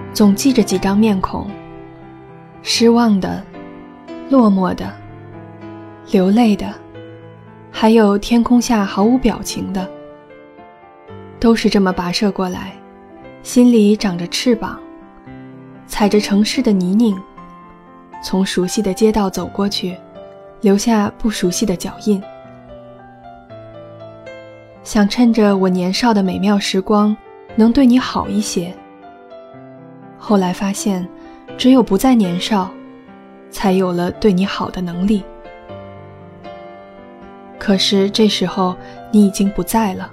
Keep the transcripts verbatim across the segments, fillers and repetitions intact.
总记着几张面孔，失望的，落寞的，流泪的，还有天空下毫无表情的，都是这么跋涉过来，心里长着翅膀，踩着城市的泥泞，从熟悉的街道走过去，留下不熟悉的脚印。想趁着我年少的美妙时光能对你好一些，后来发现只有不再年少，才有了对你好的能力。可是这时候你已经不在了。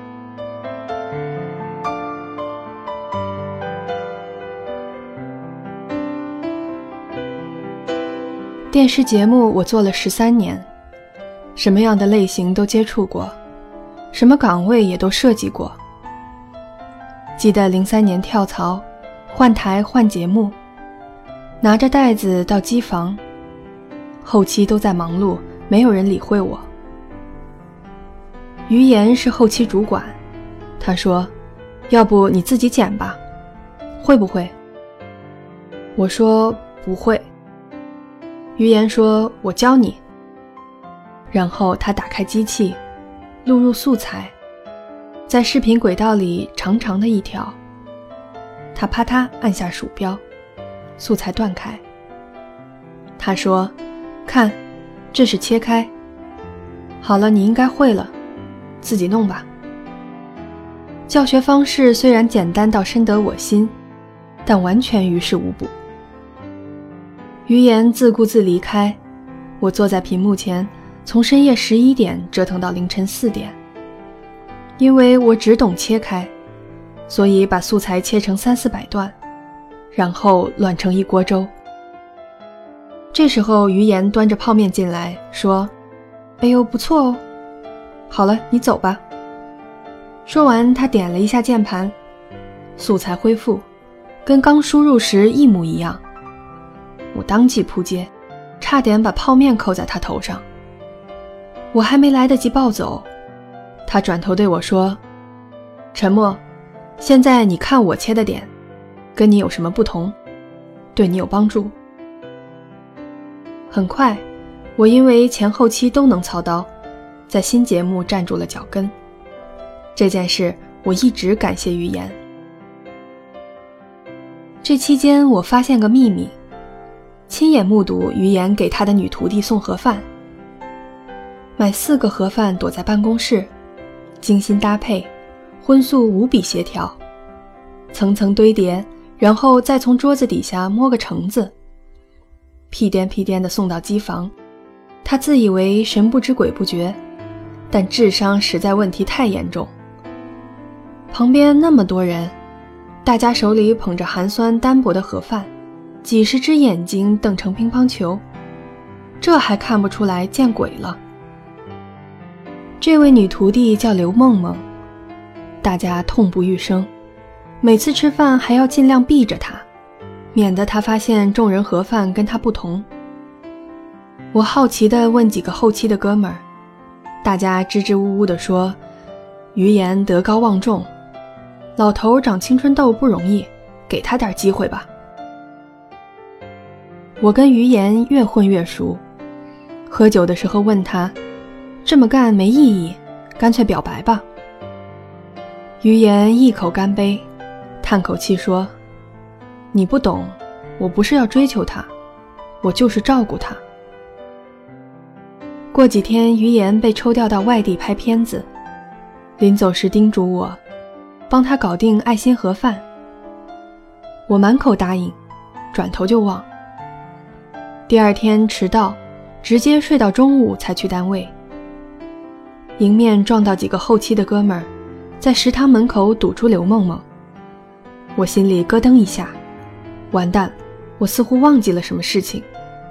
电视节目我做了十三年，什么样的类型都接触过，什么岗位也都设计过。记得零三年跳槽，换台换节目，拿着袋子到机房，后期都在忙碌，没有人理会我。于岩是后期主管，他说，要不你自己剪吧，会不会？我说不会。于岩说，我教你。然后他打开机器，录入素材，在视频轨道里长长的一条，他啪嗒按下鼠标，素材断开。他说，看，这是切开，好了，你应该会了，自己弄吧。教学方式虽然简单到深得我心，但完全于事无补。于岩自顾自离开，我坐在屏幕前，从深夜十一点折腾到凌晨四点。因为我只懂切开，所以把素材切成三四百段，然后乱成一锅粥。这时候于岩端着泡面进来说，哎呦不错哦，好了你走吧。说完他点了一下键盘，素材恢复，跟刚输入时一模一样。我当即扑街，差点把泡面扣在他头上。我还没来得及抱走，他转头对我说，陈默，现在你看我切的点跟你有什么不同，对你有帮助。很快我因为前后期都能操刀，在新节目站住了脚跟。这件事我一直感谢于岩。这期间我发现个秘密，亲眼目睹于岩给他的女徒弟送盒饭，买四个盒饭躲在办公室，精心搭配，荤素无比协调，层层堆叠，然后再从桌子底下摸个橙子，屁颠屁颠地送到机房。他自以为神不知鬼不觉，但智商实在问题太严重。旁边那么多人，大家手里捧着寒酸单薄的盒饭，几十只眼睛瞪成乒乓球，这还看不出来见鬼了。这位女徒弟叫刘梦梦，大家痛不欲生，每次吃饭还要尽量避着她，免得她发现众人盒饭跟她不同。我好奇地问几个后期的哥们儿，大家支支吾吾地说，于岩德高望重，老头长青春痘不容易，给他点机会吧。我跟于岩越混越熟，喝酒的时候问他，这么干没意义，干脆表白吧。于岩一口干杯，叹口气说，你不懂，我不是要追求他，我就是照顾他。过几天于岩被抽调到外地拍片子，临走时叮嘱我帮他搞定爱心盒饭。我满口答应，转头就忘。第二天迟到，直接睡到中午才去单位。迎面撞到几个后期的哥们儿，在食堂门口堵住刘梦梦。我心里咯噔一下，完蛋，我似乎忘记了什么事情。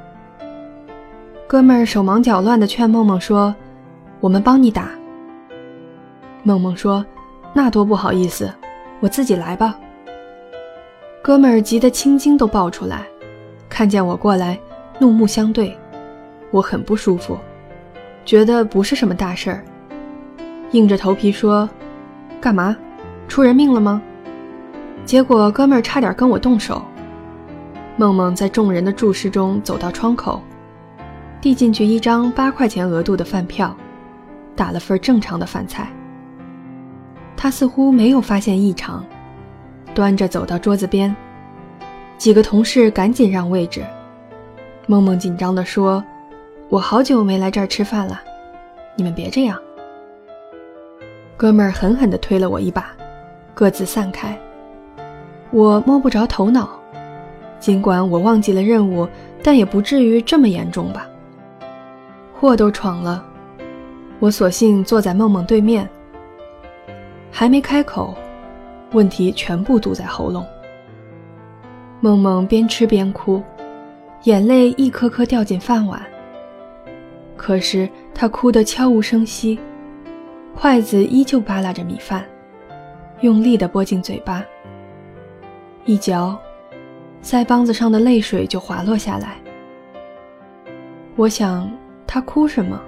哥们儿手忙脚乱地劝梦梦说，我们帮你打。梦梦说，那多不好意思，我自己来吧。哥们儿急得青筋都爆出来，看见我过来，怒目相对，我很不舒服，觉得不是什么大事儿，硬着头皮说，干嘛？出人命了吗？ 结果哥们儿差点跟我动手。梦梦在众人的注视中走到窗口，递进去一张八块钱额度的饭票，打了份正常的饭菜。他似乎没有发现异常，端着走到桌子边，几个同事赶紧让位置。梦梦紧张地说，我好久没来这儿吃饭了，你们别这样。哥们儿狠狠地推了我一把，各自散开。我摸不着头脑，尽管我忘记了任务，但也不至于这么严重吧。祸都闯了，我索性坐在梦梦对面，还没开口，问题全部堵在喉咙。梦梦边吃边哭，眼泪一颗颗掉进饭碗，可是她哭得悄无声息，筷子依旧扒拉着米饭，用力地拨进嘴巴，一嚼，腮帮子上的泪水就滑落下来。我想，她哭什么？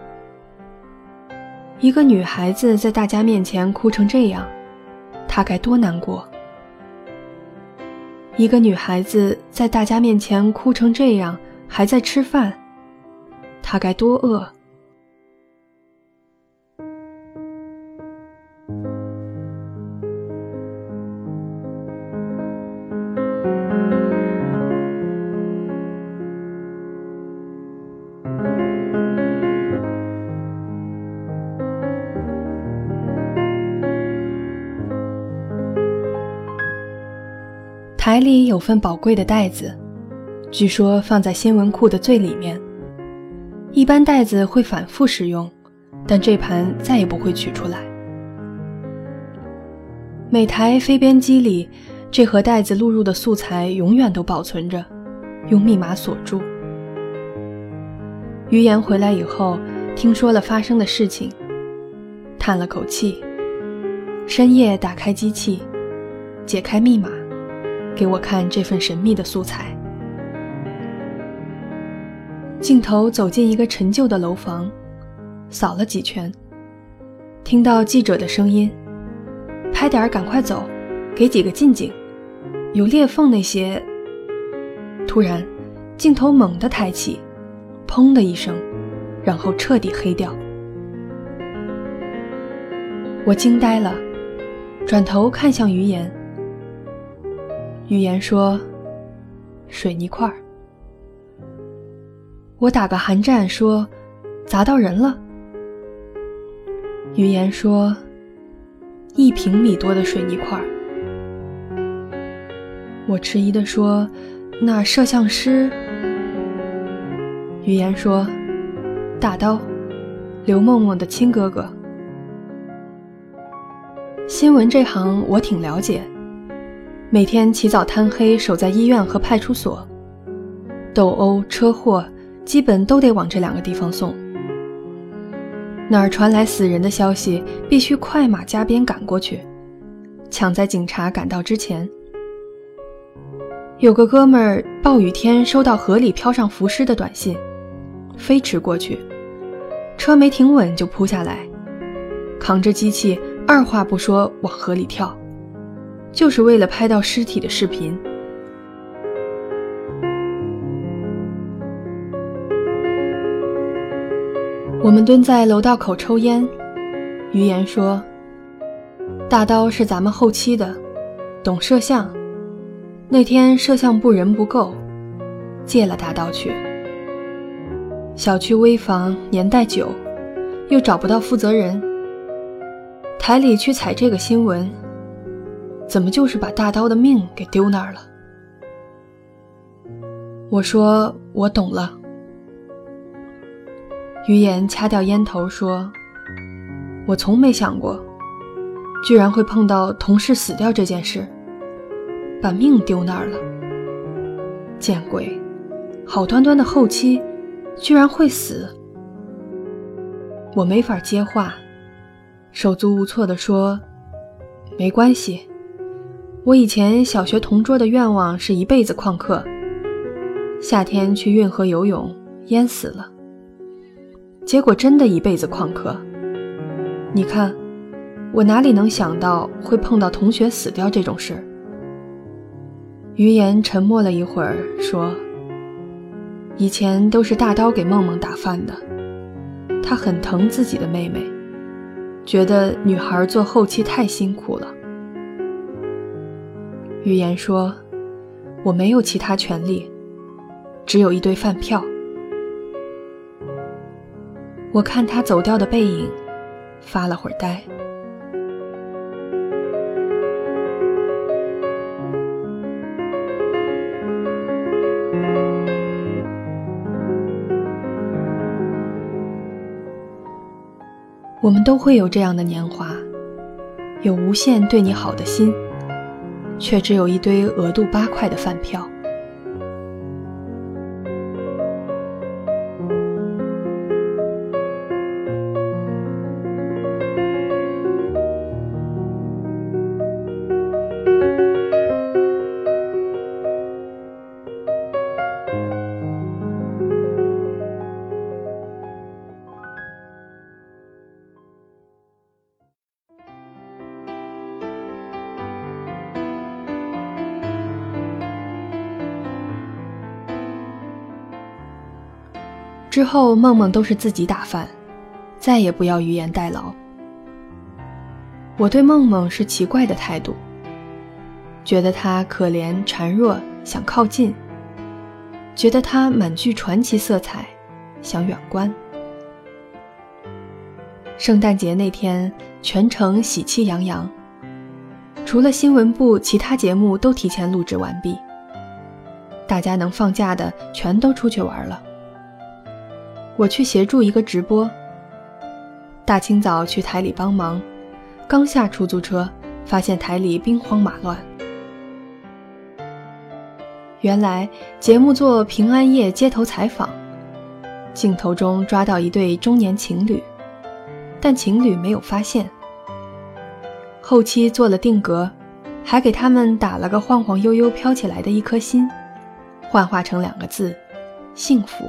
一个女孩子在大家面前哭成这样，她该多难过。一个女孩子在大家面前哭成这样，还在吃饭，她该多饿。台里有份宝贵的袋子，据说放在新闻库的最里面。一般袋子会反复使用，但这盘再也不会取出来。每台非编机里，这盒袋子录入的素材永远都保存着，用密码锁住。于言回来以后，听说了发生的事情，叹了口气，深夜打开机器，解开密码，给我看这份神秘的素材。镜头走进一个陈旧的楼房，扫了几圈，听到记者的声音，拍点赶快走，给几个近景，有裂缝那些。突然镜头猛地抬起，砰的一声，然后彻底黑掉。我惊呆了，转头看向于言。于言说，水泥块。我打个寒战说，砸到人了。于言说，一平米多的水泥块。我迟疑地说，那摄像师。于言说，大刀，刘梦梦的亲哥哥。新闻这行我挺了解，每天起早贪黑守在医院和派出所，斗殴车祸基本都得往这两个地方送。哪儿传来死人的消息，必须快马加鞭赶过去，抢在警察赶到之前。有个哥们儿暴雨天收到河里飘上浮尸的短信，飞驰过去，车没停稳就扑下来，扛着机器二话不说往河里跳，就是为了拍到尸体的视频。我们蹲在楼道口抽烟，于言说，大刀是咱们后期的，懂摄像，那天摄像部人不够，借了大刀去。小区危房，年代久，又找不到负责人，台里去采这个新闻，怎么就是把大刀的命给丢那儿了？我说，我懂了。于言掐掉烟头说，我从没想过，居然会碰到同事死掉这件事，把命丢那儿了。见鬼，好端端的后期居然会死。我没法接话，手足无措地说，没关系，我以前小学同桌的愿望是一辈子旷课，夏天去运河游泳淹死了，结果真的一辈子旷课。你看，我哪里能想到会碰到同学死掉这种事。 于言沉默了一会儿，说：以前都是大刀给梦梦打饭的，他很疼自己的妹妹，觉得女孩做后期太辛苦了。于言说：我没有其他权利，只有一堆饭票。我看他走掉的背影，发了会儿呆。我们都会有这样的年华，有无限对你好的心，却只有一堆额度八块的饭票。之后梦梦都是自己打饭，再也不要于言代劳。我对梦梦是奇怪的态度，觉得她可怜孱弱，想靠近，觉得她满具传奇色彩，想远观。圣诞节那天全城喜气洋洋，除了新闻部，其他节目都提前录制完毕，大家能放假的全都出去玩了。我去协助一个直播，大清早去台里帮忙，刚下出租车，发现台里兵荒马乱。原来节目做平安夜街头采访，镜头中抓到一对中年情侣，但情侣没有发现。后期做了定格，还给他们打了个晃晃悠悠飘起来的一颗心，幻化成两个字：幸福。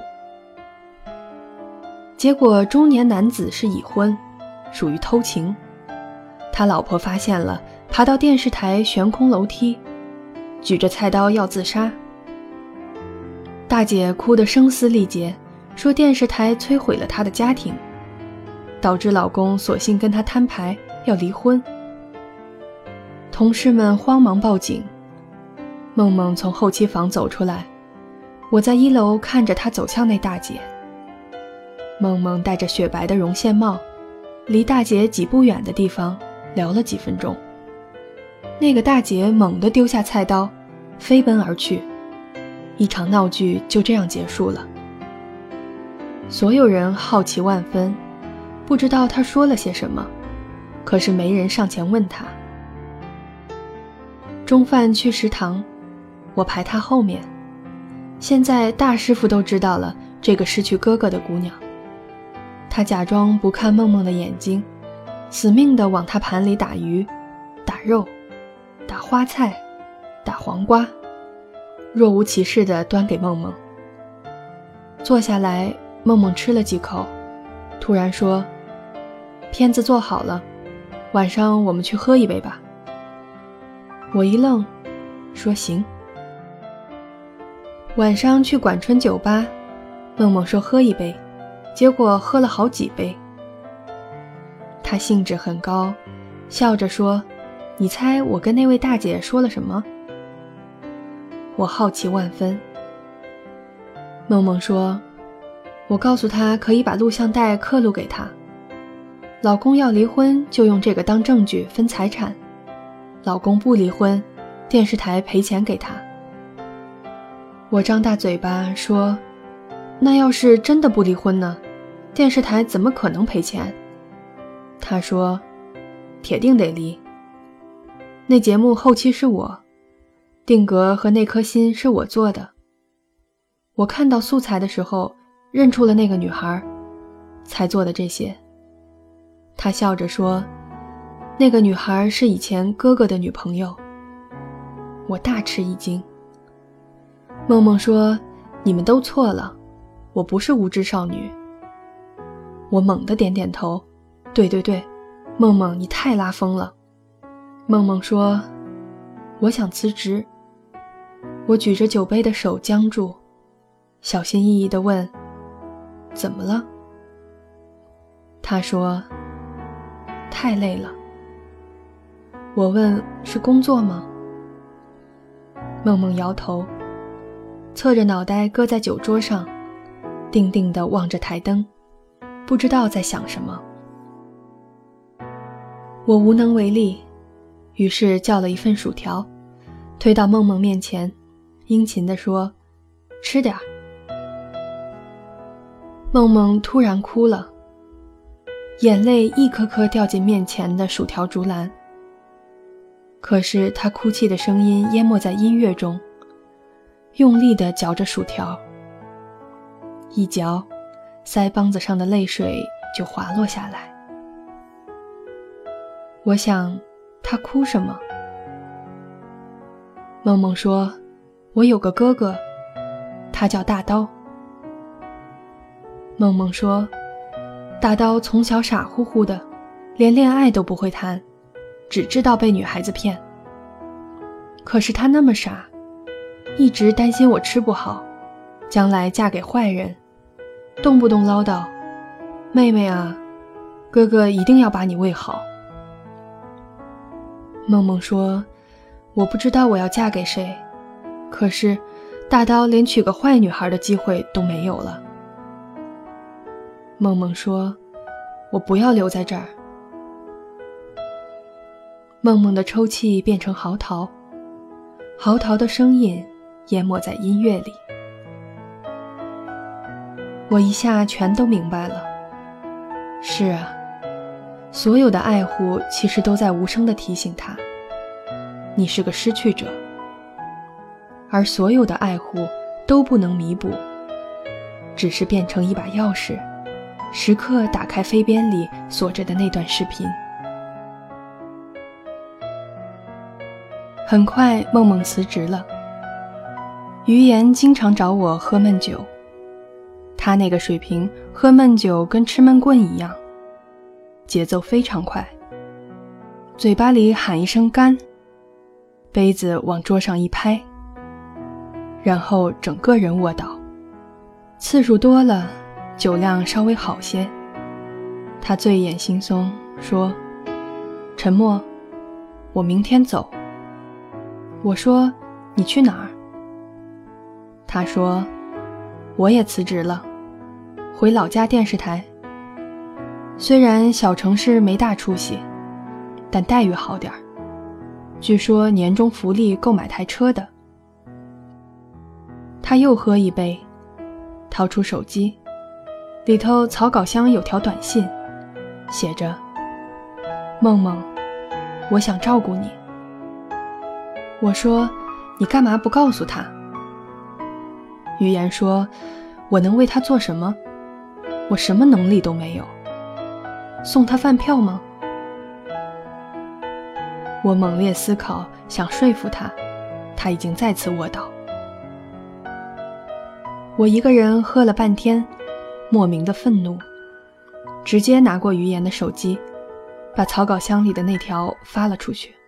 结果中年男子是已婚，属于偷情，他老婆发现了，爬到电视台悬空楼梯，举着菜刀要自杀。大姐哭得声嘶力竭，说电视台摧毁了她的家庭，导致老公索性跟她摊牌要离婚。同事们慌忙报警，梦梦从后期房走出来，我在一楼看着她走向那大姐。梦梦戴着雪白的绒线帽，离大姐几步远的地方聊了几分钟。那个大姐猛地丢下菜刀，飞奔而去，一场闹剧就这样结束了。所有人好奇万分，不知道她说了些什么，可是没人上前问她。中饭去食堂，我排她后面。现在大师傅都知道了这个失去哥哥的姑娘。他假装不看梦梦的眼睛，死命地往她盘里打鱼、打肉、打花菜、打黄瓜，若无其事地端给梦梦。坐下来，梦梦吃了几口，突然说：片子做好了，晚上我们去喝一杯吧。我一愣，说行。晚上去管春酒吧，梦梦说喝一杯，结果喝了好几杯。他兴致很高，笑着说：你猜我跟那位大姐说了什么？我好奇万分。梦梦说：我告诉她可以把录像带刻录给她，老公要离婚就用这个当证据分财产，老公不离婚，电视台赔钱给她。我张大嘴巴说：那要是真的不离婚呢？电视台怎么可能赔钱？他说：铁定得离。那节目后期是我，定格和那颗心是我做的。我看到素材的时候，认出了那个女孩，才做的这些。他笑着说：那个女孩是以前哥哥的女朋友。我大吃一惊。梦梦说：你们都错了，我不是无知少女。我猛地点点头，对对对，梦梦你太拉风了。梦梦说：我想辞职。 我举着酒杯的手僵住，小心翼翼地问：怎么了？他说：太累了。我问：是工作吗？梦梦摇头，侧着脑袋搁在酒桌上，定定地望着台灯，不知道在想什么。我无能为力，于是叫了一份薯条，推到梦梦面前，殷勤地说：吃点儿。梦梦突然哭了，眼泪一颗颗掉进面前的薯条竹篮。可是她哭泣的声音淹没在音乐中，用力地嚼着薯条，一嚼，腮帮子上的泪水就滑落下来。我想，她哭什么？梦梦说：我有个哥哥，他叫大刀。梦梦说：大刀从小傻乎乎的，连恋爱都不会谈，只知道被女孩子骗。可是他那么傻，一直担心我吃不好，将来嫁给坏人，动不动唠叨：妹妹啊，哥哥一定要把你喂好。梦梦说：我不知道我要嫁给谁，可是大刀连娶个坏女孩的机会都没有了。梦梦说：我不要留在这儿。梦梦的抽泣变成嚎啕，嚎啕的声音淹没在音乐里。我一下全都明白了。是啊，所有的爱护其实都在无声地提醒他，你是个失去者，而所有的爱护都不能弥补，只是变成一把钥匙，时刻打开飞边里锁着的那段视频。很快梦梦辞职了，于言经常找我喝闷酒，他那个水平喝闷酒跟吃闷棍一样，节奏非常快，嘴巴里喊一声干，杯子往桌上一拍，然后整个人卧倒。次数多了，酒量稍微好些，他醉眼惺忪说：陈默，我明天走。我说：你去哪儿？他说：我也辞职了，回老家电视台。虽然小城市没大出息，但待遇好点儿，据说年终福利够买台车的。他又喝一杯，掏出手机，里头草稿箱有条短信，写着：梦梦，我想照顾你。我说：你干嘛不告诉他？于言说：我能为他做什么？我什么能力都没有。送他饭票吗？我猛烈思考，想说服他，他已经再次卧倒。我一个人喝了半天，莫名的愤怒，直接拿过于言的手机，把草稿箱里的那条发了出去。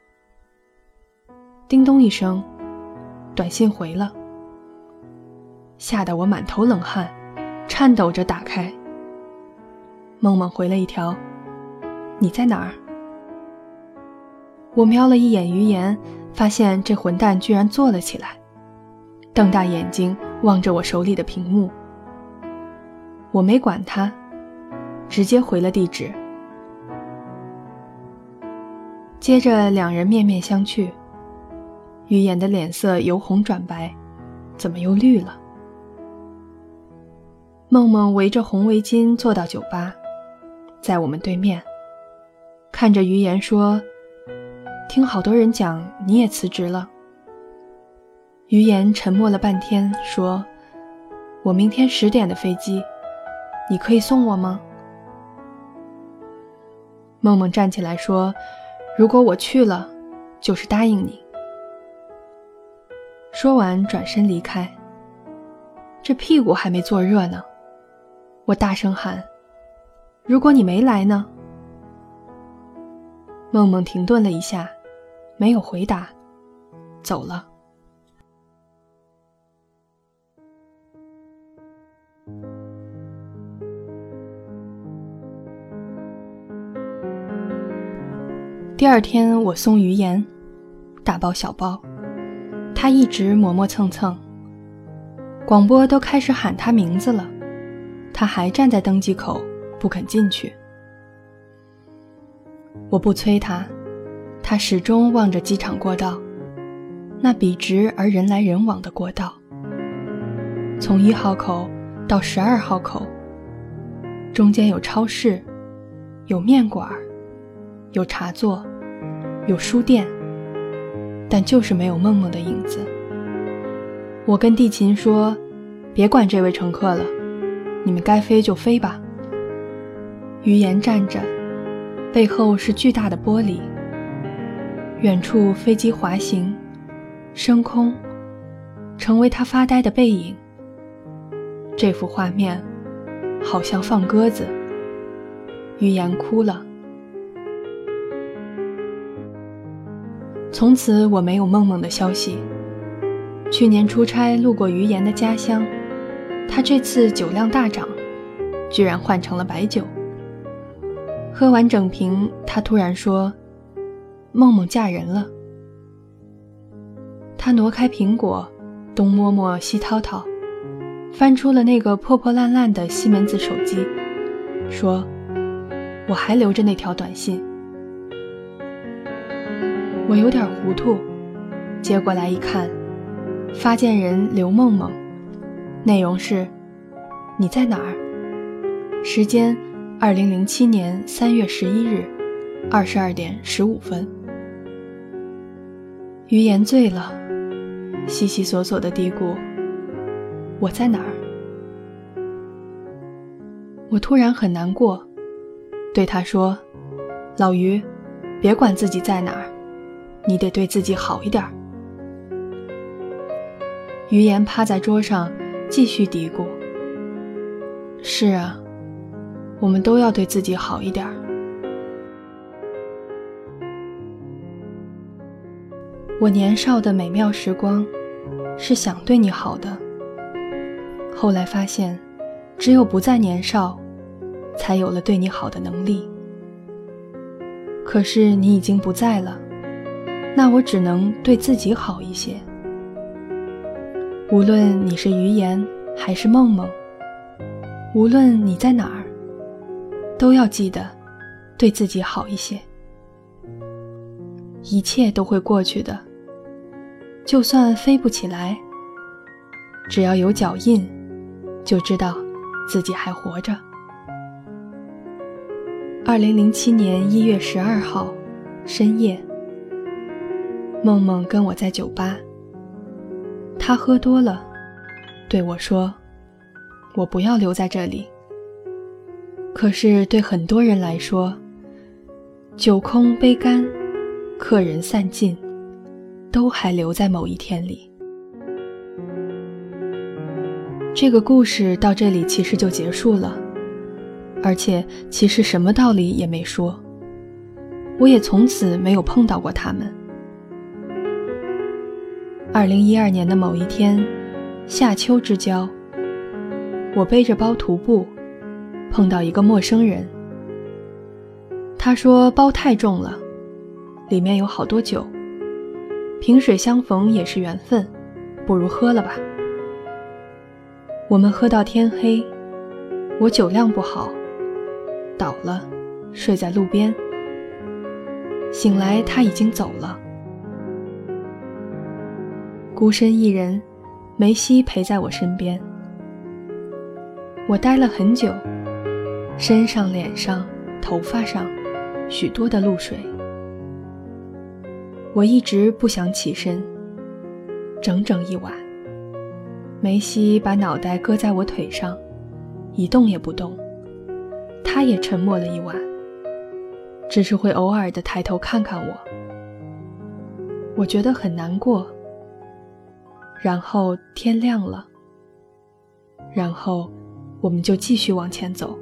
叮咚一声，短信回了，吓得我满头冷汗，颤抖着打开。梦梦回了一条：你在哪儿？我瞄了一眼于言，发现这混蛋居然坐了起来，瞪大眼睛望着我手里的屏幕。我没管他，直接回了地址。接着两人面面相觑，于言的脸色由红转白，怎么又绿了？梦梦围着红围巾坐到酒吧，在我们对面，看着于言说：听好多人讲你也辞职了。于言沉默了半天，说：我明天十点的飞机，你可以送我吗？梦梦站起来说：如果我去了，就是答应你。说完转身离开。这屁股还没坐热呢，我大声喊：如果你没来呢？梦梦停顿了一下，没有回答，走了。 第二天我送于言，大包小包，他一直磨磨蹭蹭，广播都开始喊他名字了，他还站在登机口不肯进去。我不催他，他始终望着机场过道，那笔直而人来人往的过道，从一号口到十二号口，中间有超市，有面馆，有茶座，有书店，但就是没有梦梦的影子。我跟地勤说，别管这位乘客了，你们该飞就飞吧。于言站着，背后是巨大的玻璃，远处飞机滑行，升空，成为他发呆的背影。这幅画面好像放鸽子。于言哭了。从此我没有梦梦的消息。去年出差路过于言的家乡，他这次酒量大涨，居然换成了白酒。喝完整瓶，他突然说，梦梦嫁人了。他挪开苹果，东摸摸西掏掏，翻出了那个破破烂烂的西门子手机，说，我还留着那条短信。我有点糊涂，接过来一看，发件人刘梦梦，内容是，你在哪儿？时间二零零七年三月十一日二十二点十五分。于言醉了，悉悉索索地嘀咕，我在哪儿？我突然很难过，对他说，老于，别管自己在哪儿，你得对自己好一点。于言趴在桌上继续嘀咕，是啊，我们都要对自己好一点。我年少的美妙时光是想对你好的，后来发现只有不再年少，才有了对你好的能力。可是你已经不在了，那我只能对自己好一些。无论你是于言还是梦梦，无论你在哪儿，都要记得对自己好一些。一切都会过去的，就算飞不起来，只要有脚印，就知道自己还活着。二零零七年一月十二号深夜，梦梦跟我在酒吧，她喝多了，对我说，我不要留在这里。可是对很多人来说，酒空杯干，客人散尽，都还留在某一天里。这个故事到这里其实就结束了，而且其实什么道理也没说，我也从此没有碰到过他们。二零一二年的某一天，夏秋之交，我背着包徒步，碰到一个陌生人。他说包太重了，里面有好多酒，萍水相逢也是缘分，不如喝了吧。我们喝到天黑，我酒量不好，倒了，睡在路边。醒来他已经走了。孤身一人，梅西陪在我身边。我待了很久，身上、脸上、头发上许多的露水。我一直不想起身，整整一晚。梅西把脑袋搁在我腿上，一动也不动。他也沉默了一晚，只是会偶尔地抬头看看我。我觉得很难过。然后天亮了，然后我们就继续往前走。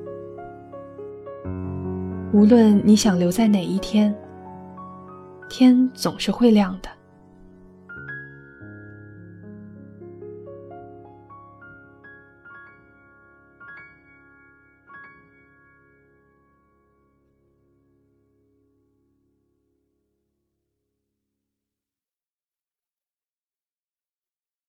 无论你想留在哪一天，天总是会亮的。